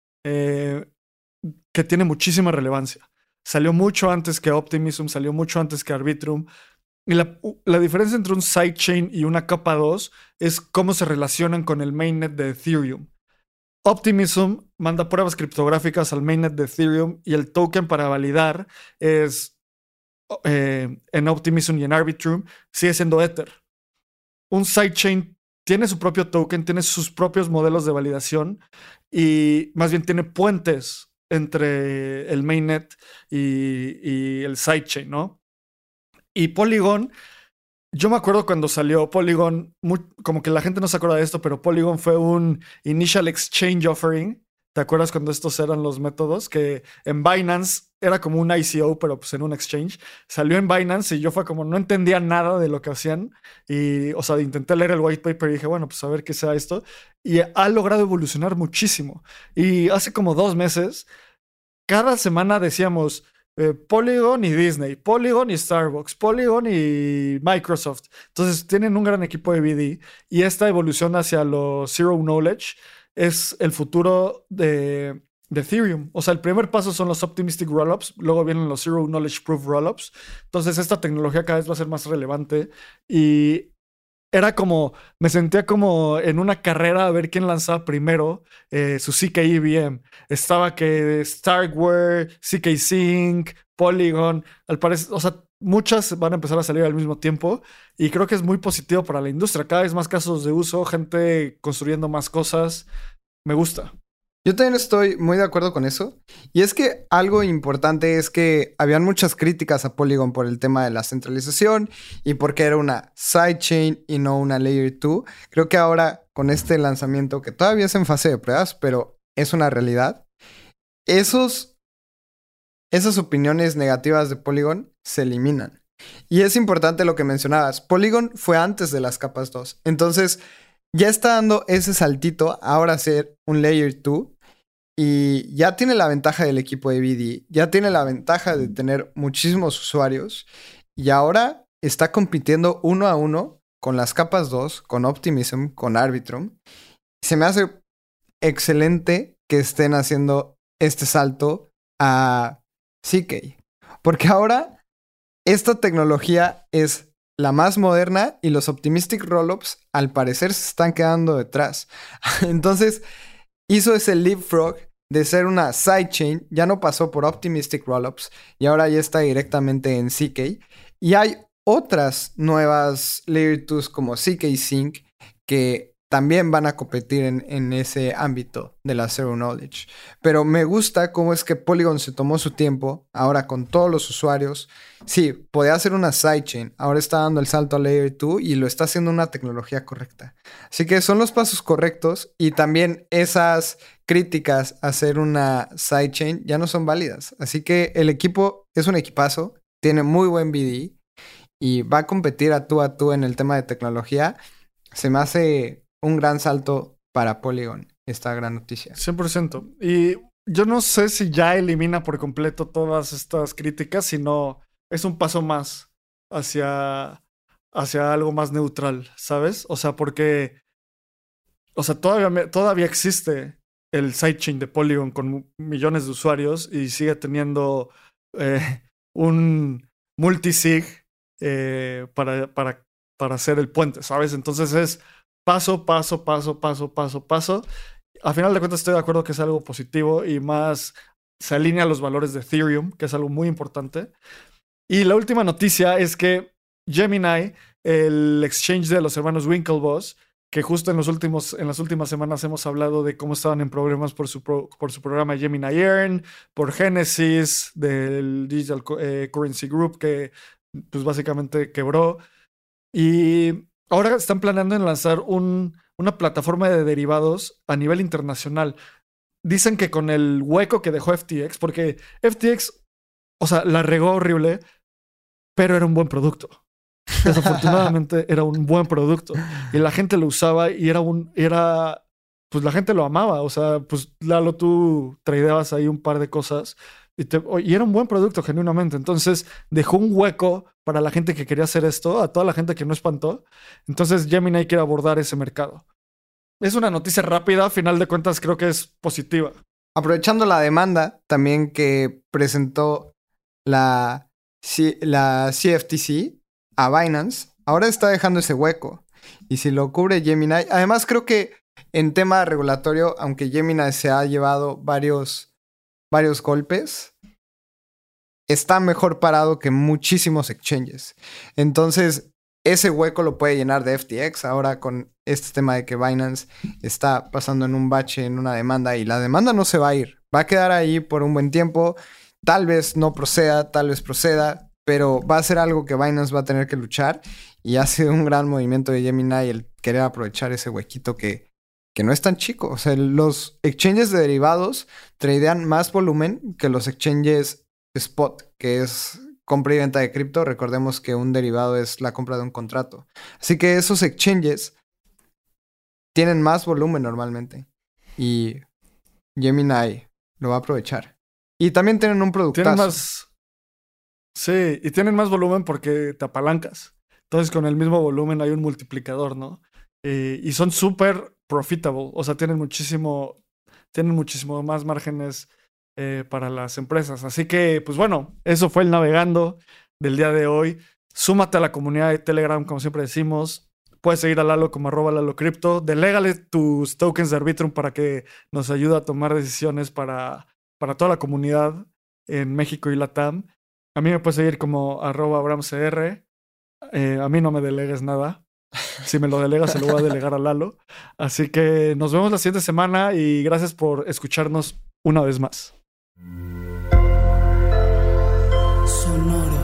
que tiene muchísima relevancia. Salió mucho antes que Optimism, salió mucho antes que Arbitrum. Y la diferencia entre un sidechain y una capa 2 es cómo se relacionan con el mainnet de Ethereum. Optimism manda pruebas criptográficas al mainnet de Ethereum y el token para validar es en Optimism y en Arbitrum sigue siendo Ether. Un sidechain tiene su propio token, tiene sus propios modelos de validación y más bien tiene puentes entre el mainnet y el sidechain, ¿no? Y Polygon, yo me acuerdo cuando salió Polygon, como que la gente no se acuerda de esto, pero Polygon fue un Initial Exchange Offering. ¿Te acuerdas cuando estos eran los métodos? Que en Binance era como un ICO, pero pues en un exchange. Salió en Binance y yo fue como, no entendía nada de lo que hacían. Y, o sea, intenté leer el white paper y dije, bueno, pues a ver qué sea esto. Y ha logrado evolucionar muchísimo. Y hace como 2 meses, cada semana decíamos Polygon y Disney, Polygon y Starbucks, Polygon y Microsoft. Entonces tienen un gran equipo de BD y esta evolución hacia los Zero Knowledge es el futuro de Ethereum. O sea, el primer paso son los Optimistic Rollups, luego vienen los Zero Knowledge Proof Rollups. Entonces esta tecnología cada vez va a ser más relevante y era como, me sentía como en una carrera a ver quién lanzaba primero su CK EVM. Estaba que Starkware, CK Sync, Polygon, al parecer, o sea, muchas van a empezar a salir al mismo tiempo y creo que es muy positivo para la industria. Cada vez más casos de uso, gente construyendo más cosas. Me gusta. Yo también estoy muy de acuerdo con eso. Y es que algo importante es que habían muchas críticas a Polygon por el tema de la centralización y porque era una sidechain y no una Layer 2. Creo que ahora con este lanzamiento, que todavía es en fase de pruebas, pero es una realidad, esas opiniones negativas de Polygon se eliminan. Y es importante lo que mencionabas. Polygon fue antes de las capas 2. Entonces, ya está dando ese saltito ahora a ser un Layer 2. Y ya tiene la ventaja del equipo de BD, ya tiene la ventaja de tener muchísimos usuarios y ahora está compitiendo uno a uno con las capas 2, con Optimism, con Arbitrum. Se me hace excelente que estén haciendo este salto a CK, porque ahora esta tecnología es la más moderna y los Optimistic Rollups al parecer se están quedando detrás. Entonces hizo ese leapfrog de ser una sidechain, ya no pasó por Optimistic Rollups y ahora ya está directamente en CK. Y hay otras nuevas Layer 2 como CK Sync que también van a competir en ese ámbito de la Zero Knowledge. Pero me gusta cómo es que Polygon se tomó su tiempo, ahora con todos los usuarios. Sí, podía hacer una sidechain, ahora está dando el salto a Layer 2 y lo está haciendo una tecnología correcta. Así que son los pasos correctos y también esas críticas a hacer una sidechain ya no son válidas. Así que el equipo es un equipazo, tiene muy buen BD y va a competir a tú en el tema de tecnología. Se me hace un gran salto para Polygon esta gran noticia. 100%. Y yo no sé si ya elimina por completo todas estas críticas, sino es un paso más hacia algo más neutral, ¿sabes? O sea, porque todavía existe el sidechain de Polygon con millones de usuarios y sigue teniendo un multisig para hacer el puente, ¿sabes? Entonces es paso. A final de cuentas estoy de acuerdo que es algo positivo y más se alinea a los valores de Ethereum, que es algo muy importante. Y la última noticia es que Gemini, el exchange de los hermanos Winklevoss, que justo en las últimas semanas hemos hablado de cómo estaban en problemas por su programa Gemini Earn, por Genesis, del Digital Currency Group, que pues básicamente quebró. Y ahora están planeando en lanzar una plataforma de derivados a nivel internacional. Dicen que con el hueco que dejó FTX, porque FTX, o sea, la regó horrible, pero era un buen producto. Desafortunadamente era un buen producto y la gente lo usaba y pues la gente lo amaba. O sea, pues Lalo, tú tradeabas ahí un par de cosas y era un buen producto genuinamente. Entonces dejó un hueco para la gente que quería hacer esto, a toda la gente que no espantó. Entonces Gemini quiere abordar ese mercado. Es una noticia rápida, a final de cuentas creo que es positiva. Aprovechando la demanda también que presentó la CFTC a Binance, ahora está dejando ese hueco. Y si lo cubre Gemini, además creo que en tema regulatorio, aunque Gemini se ha llevado varios golpes, está mejor parado que muchísimos exchanges. Entonces, ese hueco lo puede llenar de FTX ahora con este tema de que Binance está pasando en un bache, en una demanda, y la demanda no se va a ir. Va a quedar ahí por un buen tiempo. Tal vez no proceda, tal vez proceda, pero va a ser algo que Binance va a tener que luchar. Y ha sido un gran movimiento de Gemini el querer aprovechar ese huequito que no es tan chico. O sea, los exchanges de derivados tradean más volumen que los exchanges spot, que es compra y venta de cripto. Recordemos que un derivado es la compra de un contrato. Así que esos exchanges tienen más volumen normalmente. Y Gemini lo va a aprovechar. Y también tienen un productazo. Sí, y tienen más volumen porque te apalancas. Entonces con el mismo volumen hay un multiplicador, ¿no? Y son súper profitable. O sea, tienen muchísimo más márgenes para las empresas. Así que, pues bueno, eso fue el navegando del día de hoy. Súmate a la comunidad de Telegram, como siempre decimos. Puedes seguir a Lalo como @LaloCrypto. Delégale tus tokens de Arbitrum para que nos ayude a tomar decisiones para toda la comunidad en México y Latam. A mí me puedes seguir como @AbramCR. A mí no me delegues nada. Si me lo delegas, se lo voy a delegar a Lalo. Así que nos vemos la siguiente semana y gracias por escucharnos una vez más. Sonoro.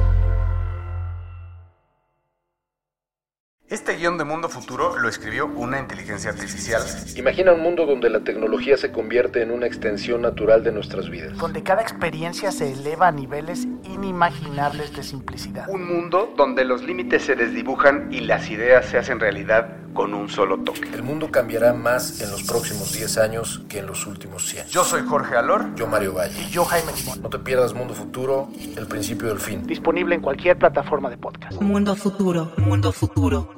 Este guión de Mundo Futuro lo escribió una inteligencia artificial. Imagina un mundo donde la tecnología se convierte en una extensión natural de nuestras vidas. Donde cada experiencia se eleva a niveles inimaginables de simplicidad. Un mundo donde los límites se desdibujan y las ideas se hacen realidad con un solo toque. El mundo cambiará más en los próximos 10 años que en los últimos 100. Yo soy Jorge Alor. Yo Mario Valle. Y yo Jaime Limón. No te pierdas Mundo Futuro, el principio del fin. Disponible en cualquier plataforma de podcast. Mundo Futuro. Mundo Futuro.